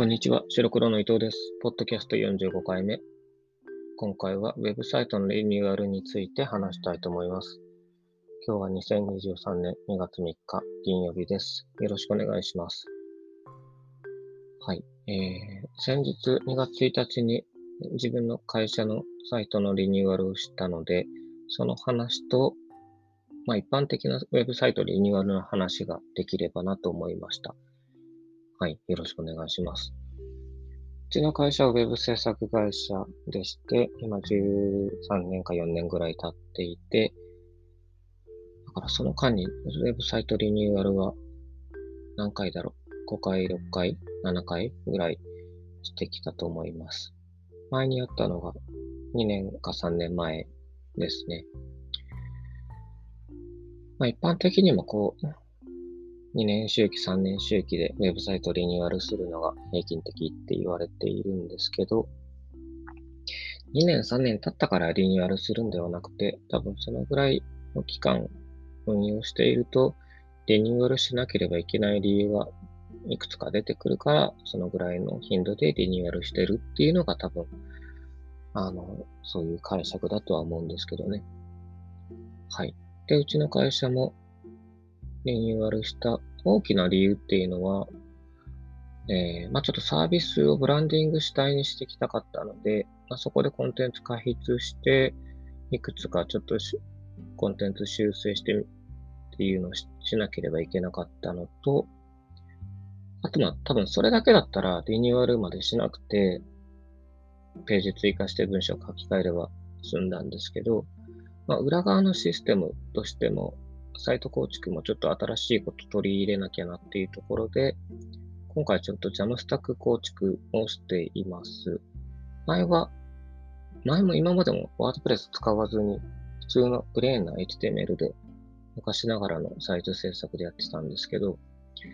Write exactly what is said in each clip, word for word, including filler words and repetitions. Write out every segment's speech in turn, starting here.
こんにちは、白黒の伊藤です。ポッドキャストよんじゅうごかいめ。今回はウェブサイトのリニューアルについて話したいと思います。今日はにせんにじゅうさんねんにがつみっか、金曜日です。よろしくお願いします。はい。えー、先日にがつついたちに自分の会社のサイトのリニューアルをしたので、その話と、まあ、一般的なウェブサイトリニューアルの話ができればなと思いました。はい。よろしくお願いします。うちの会社はウェブ制作会社でして、今じゅうさんねんかよねんぐらい経っていて、だからその間にウェブサイトリニューアルは何回だろう ?ご 回、ろっかい、ななかいぐらいしてきたと思います。前にやったのがにねんかさんねんまえですね。まあ一般的にもこう、にねん周期、さんねん周期でウェブサイトリニューアルするのが平均的って言われているんですけど、にねん、さんねん経ったからリニューアルするんではなくて、多分そのぐらいの期間運用していると、リニューアルしなければいけない理由はいくつか出てくるから、そのぐらいの頻度でリニューアルしてるっていうのが多分、あの、そういう解釈だとは思うんですけどね。はい。で、うちの会社もリニューアルした大きな理由っていうのは、えー、まあ、ちょっとサービスをブランディング主体にしていきたかったので、まあ、そこでコンテンツ開発して、いくつかちょっとコンテンツ修正してっていうのをししなければいけなかったのと、あとまあ多分それだけだったらリニューアルまでしなくて、ページ追加して文章を書き換えれば済んだんですけど、まあ、裏側のシステムとしても、サイト構築もちょっと新しいこと取り入れなきゃなっていうところで、今回ちょっと Jamstack 構築をしています。前は、前も今までも WordPress 使わずに、普通のプレーンな エイチティーエムエル で昔ながらのサイト制作でやってたんですけど、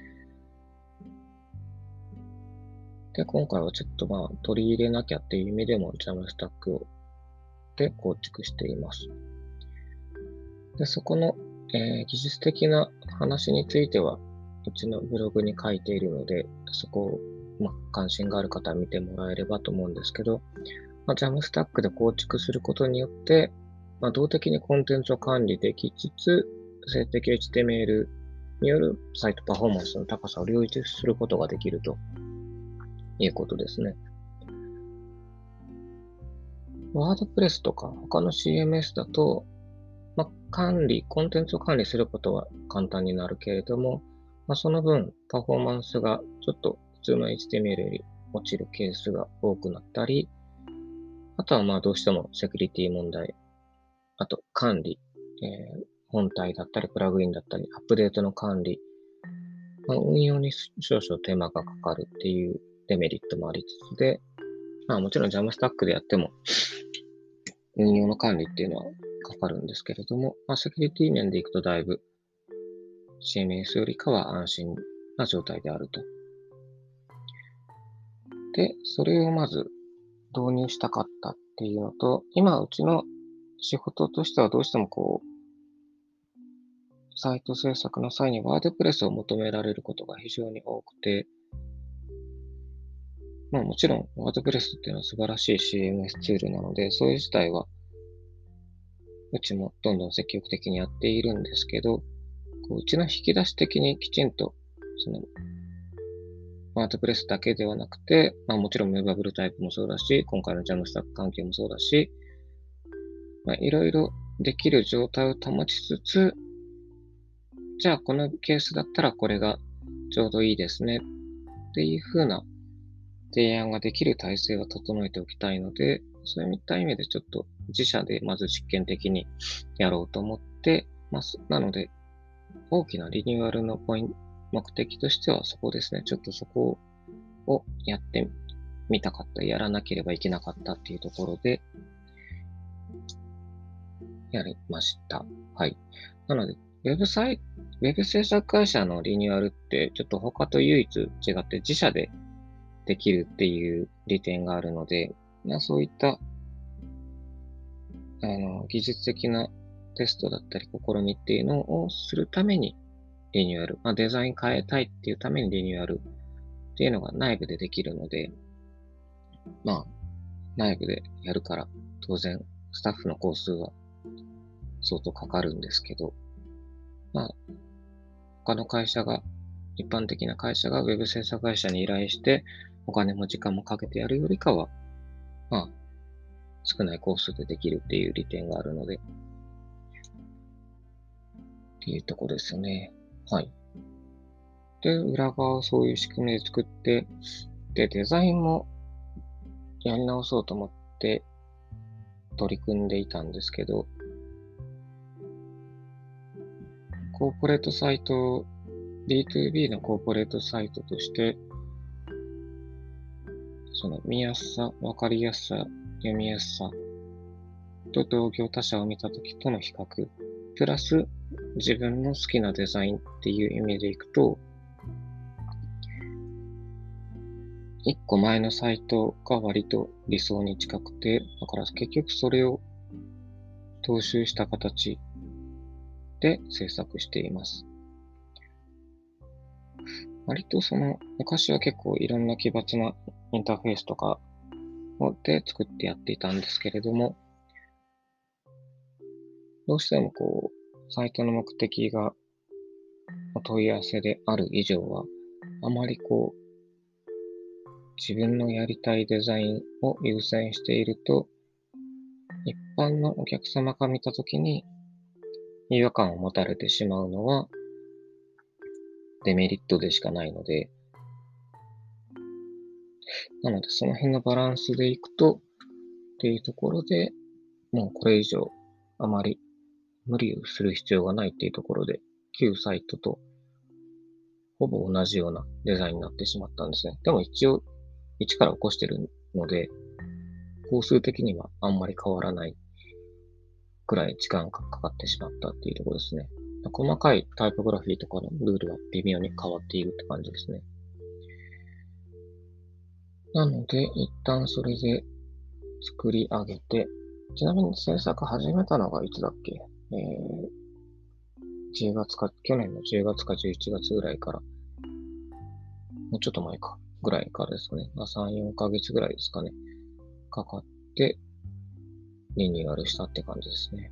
で、今回はちょっとまあ取り入れなきゃっていう意味でも Jamstack をで構築しています。で、そこの、えー技術的な話については、うちのブログに書いているので、そこを、まあ、関心がある方は見てもらえればと思うんですけど、まあ、Jamstack で構築することによって、まあ、動的にコンテンツを管理できつつ、静的 エイチティーエムエル によるサイトパフォーマンスの高さを両立することができるということですね。ワードプレスとか他の シーエムエス だと、まあ、管理、コンテンツを管理することは簡単になるけれども、まあ、その分、パフォーマンスがちょっと普通の エイチティーエムエル より落ちるケースが多くなったり、あとはまあどうしてもセキュリティ問題、あと管理、えー本体だったり、プラグインだったり、アップデートの管理、まあ、運用に少々手間がかかるっていうデメリットもありつつで、まあもちろん Jamstack でやっても運用の管理っていうのはかかるんですけれども、まあ、セキュリティ面でいくとだいぶ シーエムエス よりかは安心な状態であると。で、それをまず導入したかったっていうのと、今うちの仕事としてはどうしてもこう、サイト制作の際にワードプレスを求められることが非常に多くて、まあもちろんワードプレスっていうのは素晴らしい シーエムエス ツールなので、そういう自体はうちもどんどん積極的にやっているんですけど、こううちの引き出し的にきちんと、そのワードプレスだけではなくて、まあもちろん Movable タイプもそうだし、今回の Jamstack 環境もそうだし、まあいろいろできる状態を保ちつつ、じゃあこのケースだったらこれがちょうどいいですねっていう風な提案ができる体制は整えておきたいので、そういった意味でちょっと自社でまず実験的にやろうと思ってます。なので、大きなリニューアルのポイント、目的としてはそこですね。ちょっとそこをやってみたかった、やらなければいけなかったっていうところで、やりました。はい。なので、ウェブサイト、ウェブ制作会社のリニューアルって、ちょっと他と唯一違って自社でできるっていう利点があるので、まあ、そういったあの技術的なテストだったり試みっていうのをするためにリニューアル、まあ、デザイン変えたいっていうためにリニューアルっていうのが内部でできるので、まあ、内部でやるから、当然、スタッフの工数は相当かかるんですけど、まあ、他の会社が、一般的な会社がウェブ制作会社に依頼して、お金も時間もかけてやるよりかは、まあ、少ない工数でできるっていう利点があるので、っていうところですよね。はい。で、裏側をそういう仕組みで作って、で、デザインもやり直そうと思って取り組んでいたんですけど、コーポレートサイト、ビーツービー のコーポレートサイトとして、その見やすさ、わかりやすさ、読みやすさと同業他社を見たときとの比較、プラス自分の好きなデザインっていう意味でいくと、一個前のサイトが割と理想に近くて、だから結局それを踏襲した形で制作しています。割とその、昔は結構いろんな奇抜なインターフェースとかで作ってやっていたんですけれども、どうしてもこう、サイトの目的がお問い合わせである以上は、あまりこう、自分のやりたいデザインを優先していると、一般のお客様が見たときに違和感を持たれてしまうのはデメリットでしかないので、なのでその辺のバランスでいくとっていうところで、もうこれ以上あまり無理をする必要がないっていうところで、旧サイトとほぼ同じようなデザインになってしまったんですね。でも一応一から起こしてるので、工数的にはあんまり変わらないくらい時間がかかってしまったっていうところですね。細かいタイポグラフィーとかのルールは微妙に変わっているって感じですね。なので、一旦それで作り上げて、ちなみに制作始めたのがいつだっけえー、じゅうがつか、去年のじゅうがつかじゅういちがつぐらいから、もうちょっと前か、ぐらいからですかね。まあ、さん、よんかげつぐらいですかね。かかって、リニューアルしたって感じですね。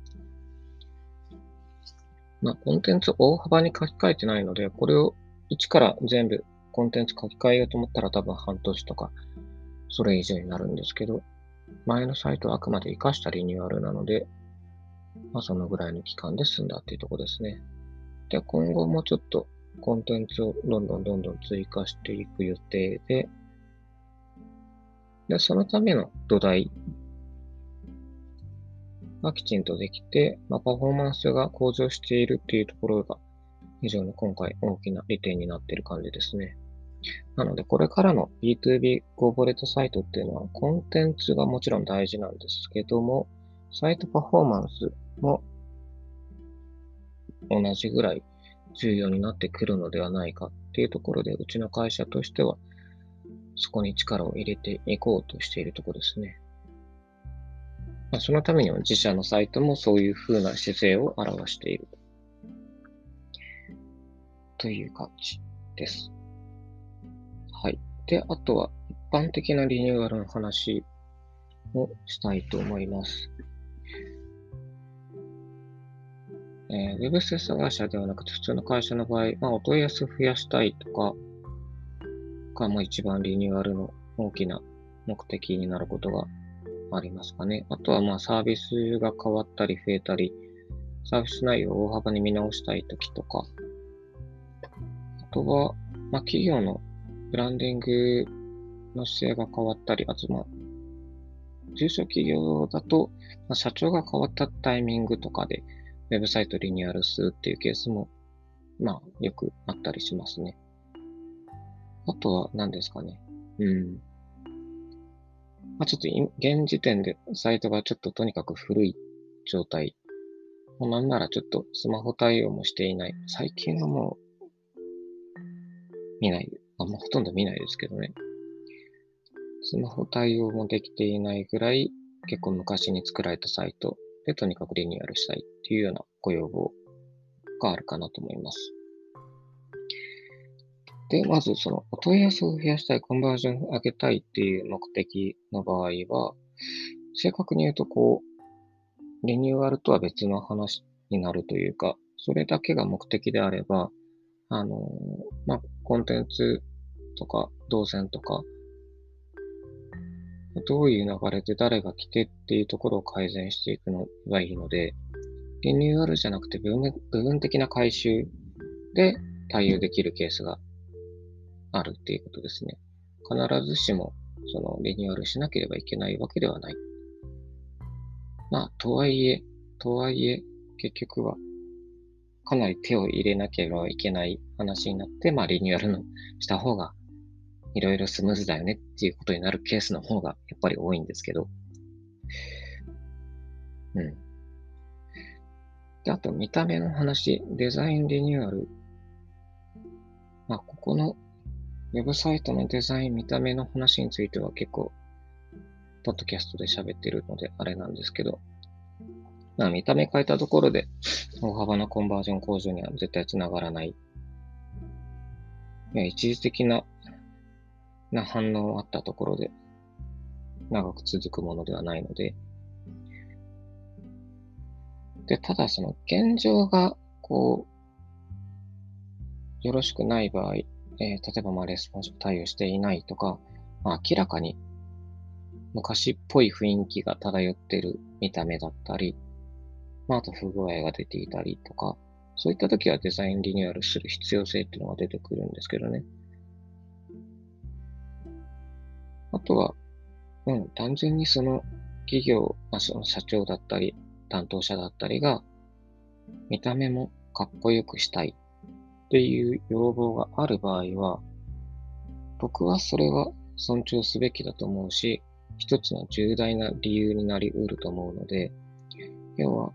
まあ、コンテンツを大幅に書き換えてないので、これを一から全部コンテンツ書き換えようと思ったら多分半年とか、それ以上になるんですけど、前のサイトはあくまで活かしたリニューアルなので、まあ、そのぐらいの期間で済んだっていうところですね。で、今後もちょっとコンテンツをどんどんどんどん追加していく予定で、で、そのための土台がきちんとできて、まあ、パフォーマンスが向上しているっていうところが非常に今回大きな利点になっている感じですね。なので、これからの ビーツービー コーポレートサイトっていうのは、コンテンツがもちろん大事なんですけども、サイトパフォーマンスも同じぐらい重要になってくるのではないかっていうところで、うちの会社としては、そこに力を入れていこうとしているところですね。まあ、そのためには自社のサイトもそういう風な姿勢を表しているという感じです。はい。で、あとは一般的なリニューアルの話をしたいと思います。えー、ウェブ制作会社ではなくて普通の会社の場合、まあ、お問い合わせを増やしたいとかが、まあ、一番リニューアルの大きな目的になることがありますかね。あとは、まあ、サービスが変わったり増えたり、サービス内容を大幅に見直したいときとか、あとは、まあ、企業のブランディングの姿勢が変わったり、あと、まあ、中小企業だと、まあ、社長が変わったタイミングとかで、ウェブサイトリニューアルするっていうケースも、まあ、よくあったりしますね。あとは何ですかね。うん。まあ、ちょっと現時点でサイトがちょっととにかく古い状態。もうなんならちょっとスマホ対応もしていない。最近はもう見ない。あんまほとんど見ないですけどね。スマホ対応もできていないぐらい結構昔に作られたサイトでとにかくリニューアルしたいっていうようなご要望があるかなと思います。 で、まずそのお問い合わせを増やしたい、コンバージョンを上げたいっていう目的の場合は、正確に言うとこう、リニューアルとは別の話になるというか、それだけが目的であれば、あの、まあ、コンテンツとか動線とか、どういう流れで誰が来てっていうところを改善していくのがいいので、リニューアルじゃなくて部分部分的な改修で対応できるケースがあるっていうことですね。必ずしも、そのリニューアルしなければいけないわけではない。まあ、とはいえ、とはいえ、結局はかなり手を入れなければいけない話になって、まあ、リニューアルのした方がいろいろスムーズだよねっていうことになるケースの方がやっぱり多いんですけど、うん。で、あと見た目の話、デザインリニューアル。まあ、ここのウェブサイトのデザイン、見た目の話については結構、ポッドキャストで喋ってるのであれなんですけど、まあ、見た目変えたところで大幅なコンバージョン向上には絶対つながらない。いや一時的なな反応があったところで長く続くものではないので、で、ただその現状がこう、よろしくない場合、えー例えばまあレスポンス対応していないとか、まあ、明らかに昔っぽい雰囲気が漂っている見た目だったり、まあ、あと不具合が出ていたりとか、そういった時はデザインリニューアルする必要性っていうのが出てくるんですけどね。あとは、うん、単純にその企業、まあ、その社長だったり、担当者だったりが、見た目もかっこよくしたいっていう要望がある場合は、僕はそれは尊重すべきだと思うし、一つの重大な理由になり得ると思うので、要は、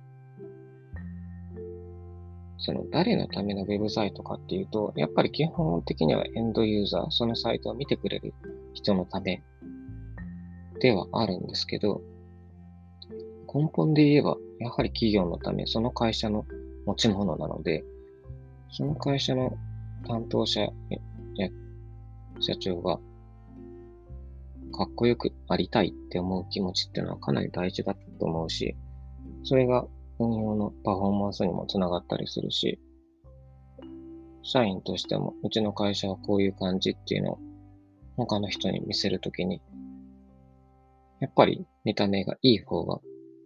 その誰のためのウェブサイトかっていうと、やっぱり基本的にはエンドユーザー、そのサイトを見てくれる人のためではあるんですけど、根本で言えば、やはり企業のため、その会社の持ち物なので、その会社の担当者や社長がかっこよくありたいって思う気持ちっていうのはかなり大事だと思うし、それが運用のパフォーマンスにもつながったりするし、社員としても、うちの会社はこういう感じっていうのを他の人に見せるときに、やっぱり見た目がいい方が、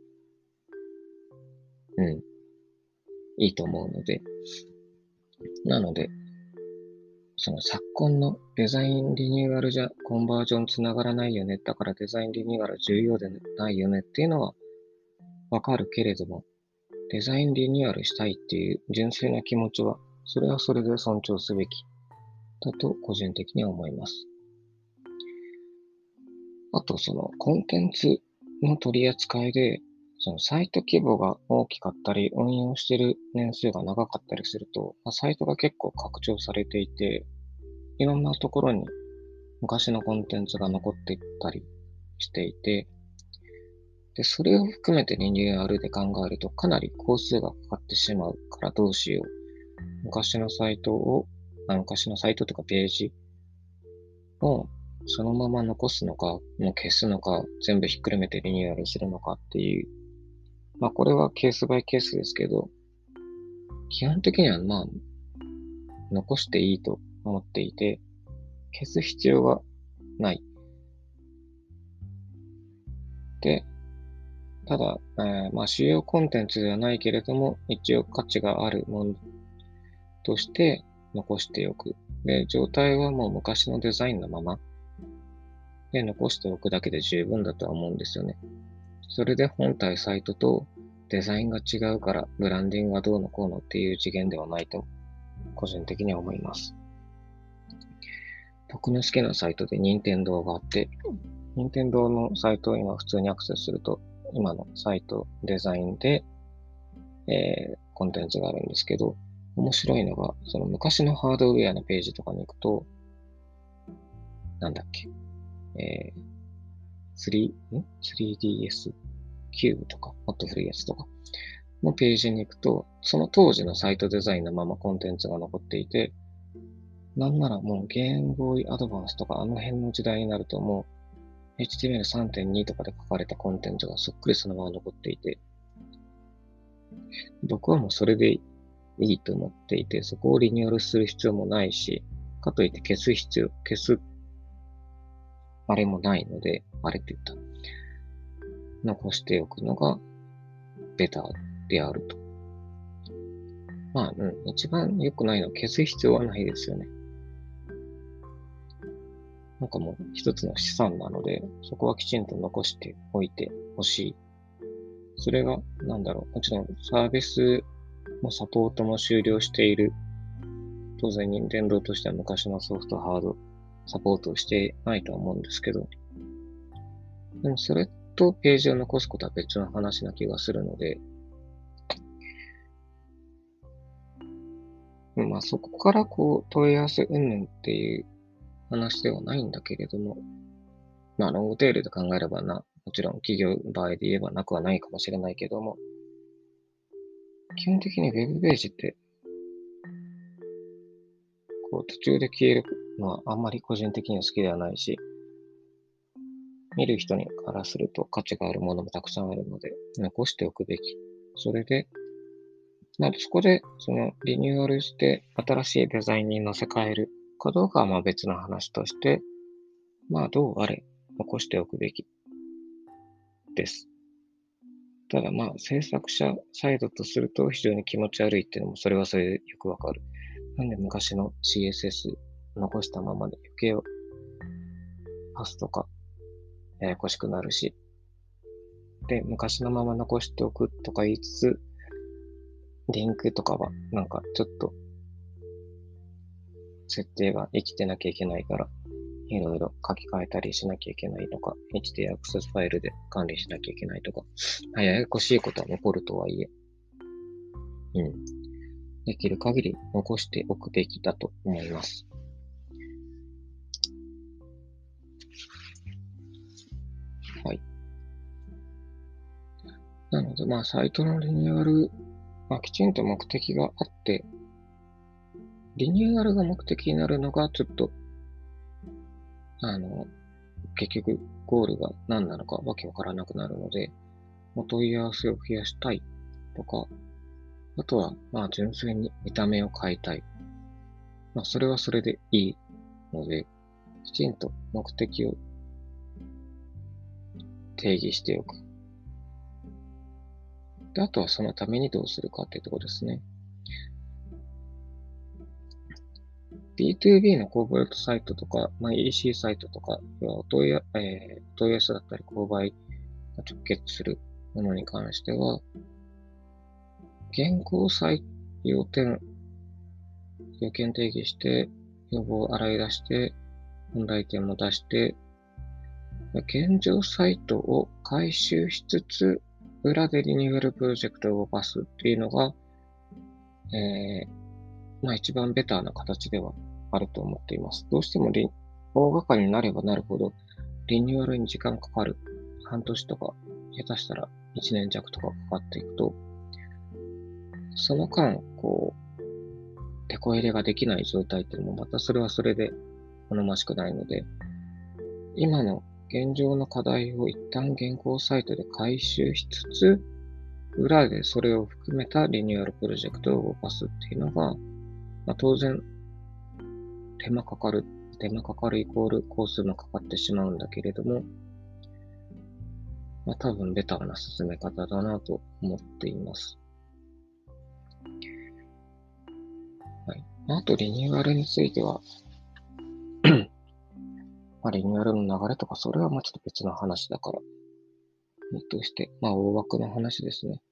うん、いいと思うので、なので、その昨今のデザインリニューアルじゃコンバージョンつながらないよね。だからデザインリニューアル重要でないよねっていうのはわかるけれども、デザインリニューアルしたいっていう純粋な気持ちは、それはそれで尊重すべきだと個人的には思います。あと、そのコンテンツの取り扱いで、そのサイト規模が大きかったり、運用している年数が長かったりすると、まあサイトが結構拡張されていて、いろんなところに昔のコンテンツが残っていったりしていて、で、それを含めてリニューアルで考えるとかなり工数がかかってしまうからどうしよう。昔のサイトを、あ昔のサイトとかページをそのまま残すのか、もう消すのか、全部ひっくるめてリニューアルするのかっていう。まあこれはケースバイケースですけど、基本的にはまあ残していいと思っていて、消す必要はない。で、ただ、えーまあ主要コンテンツではないけれども、一応価値があるものとして残しておく。で、状態はもう昔のデザインのままで残しておくだけで十分だとは思うんですよね。それで本体サイトとデザインが違うからブランディングがどうのこうのっていう次元ではないと個人的には思います。僕の好きなサイトで任天堂があって、任天堂のサイトを今普通にアクセスすると、今のサイトデザインで、えーコンテンツがあるんですけど、面白いのが、その昔のハードウェアのページとかに行くと、なんだっけ、えー、スリー、ん スリーディーエス キューブとか、もっと古いやつとかのページに行くと、その当時のサイトデザインのままコンテンツが残っていて、 なんならもうゲームボーイアドバンスとかあの辺の時代になるともう エイチティーエムエルさんてんに とかで書かれたコンテンツがそっくりそのまま残っていて、僕はもうそれでいいと思っていて、そこをリニューアルする必要もないし、かといって消す必要、消すあれもないので、あれって言った。残しておくのがベターであると。まあ、うん、一番良くないのは消す必要はないですよね。なんかもう一つの資産なので、そこはきちんと残しておいてほしい。それが、なんだろう、もちろんサービスもサポートも終了している。当然、任天堂としては昔のソフト、ハード、サポートをしてないとは思うんですけど、でもそれとページを残すことは別の話な気がするので、まあそこからこう問い合わせ云々っていう話ではないんだけれども、まあロングテールで考えればな、もちろん企業の場合で言えばなくはないかもしれないけども、基本的にウェブページってこう途中で消えるのはあんまり個人的には好きではないし、見る人にからすると価値があるものもたくさんあるので、残しておくべき。それで、まあ、そこで、そのリニューアルして新しいデザインに乗せ替えるかどうかはまあ別の話として、まあどうあれ、残しておくべきです。ただまあ制作者サイドとすると非常に気持ち悪いっていうのもそれはそれでよくわかる。なんで昔の シーエスエス 残したままで余計をパスとかややこしくなるし、で、昔のまま残しておくとか言いつつ、リンクとかはなんかちょっと設定が生きてなきゃいけないから、いろいろ書き換えたりしなきゃいけないとか、エイチティーアクセスファイルで管理しなきゃいけないとか、ややこしいことは残るとはいえ、うん。できる限り残しておくべきだと思います。はい。なので、まあ、サイトのリニューアル、まあ、きちんと目的があって、リニューアルが目的になるのが、ちょっと、あの、結局、ゴールが何なのかわけわからなくなるので、お問い合わせを増やしたいとか、あとは、まあ、純粋に見た目を変えたい。まあ、それはそれでいいので、きちんと目的を定義しておく。で、あとはそのためにどうするかっていうところですね。ビーツービー のコーポレートサイトとか、まあ、イーシー サイトとか、お問い合えー、問い合わせだったり、購買が直結するものに関しては、現行採用点、要件定義して、要望を洗い出して、問題点も出して、現状サイトを回収しつつ、裏でリニューアルプロジェクトを動かすっていうのが、えー、まあ一番ベターな形ではあると思っています。どうしてもリ大掛かりになればなるほど、リニューアルに時間かかる。半年とか、下手したらいちねん弱とかかかっていくと、その間、こう、手こ入れができない状態っていうのもまたそれはそれで好ましくないので、今の現状の課題を一旦現行サイトで回収しつつ、裏でそれを含めたリニューアルプロジェクトを動かすっていうのが、まあ、当然手間かかる、手間かかるイコール工数もかかってしまうんだけれども、まあ、多分ベターな進め方だなと思っています。はい。あとリニューアルについては、まあ、リニューアルの流れとか、それはまあちょっと別の話だから、として、まあ大枠の話ですね。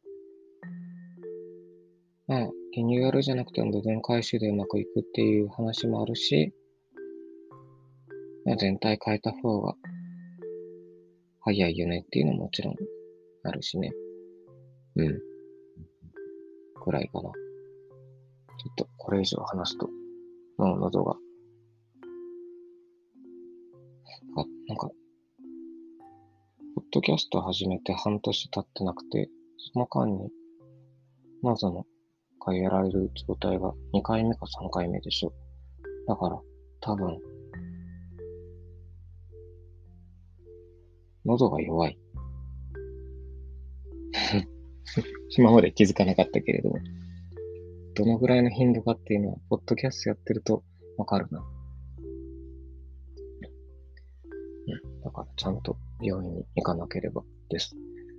まあ、リニューアルじゃなくても部分回収でうまくいくっていう話もあるし、まあ、全体変えた方が早いよねっていうのももちろんあるしね。うん。くらいかな。ちょっとこれ以上話すと、もう喉が、あ、なんか、ポッドキャスト始めて半年経ってなくて、その間に、喉のがやられる状態がにかいめかさんかいめでしょ。 だから、多分、喉が弱い。今まで気づかなかったけれども、どのぐらいの頻度かっていうのは、ポッドキャストやってるとわかるな。うん。だから、ちゃんと病院に行かなければです。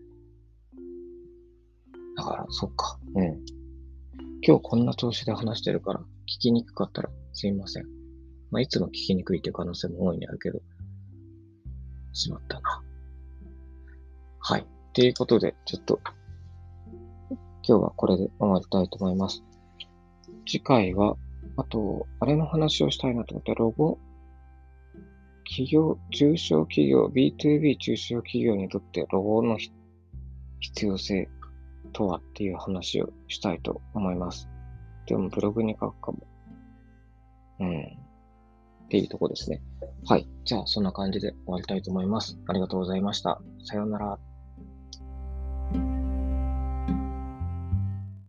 だから、そっか。うん。今日こんな調子で話してるから、聞きにくかったらすいません。まあ、いつも聞きにくいっていう可能性も大いにあるけど、しまったな。はい。ということで、ちょっと、今日はこれで終わりたいと思います。次回は、あと、あれの話をしたいなと思って、ロゴ企業、中小企業、ビーツービー 中小企業にとってロゴの必要性とはっていう話をしたいと思います。でもブログに書くかも。うん。っていうとこですね。はい。じゃあ、そんな感じで終わりたいと思います。ありがとうございました。さようなら。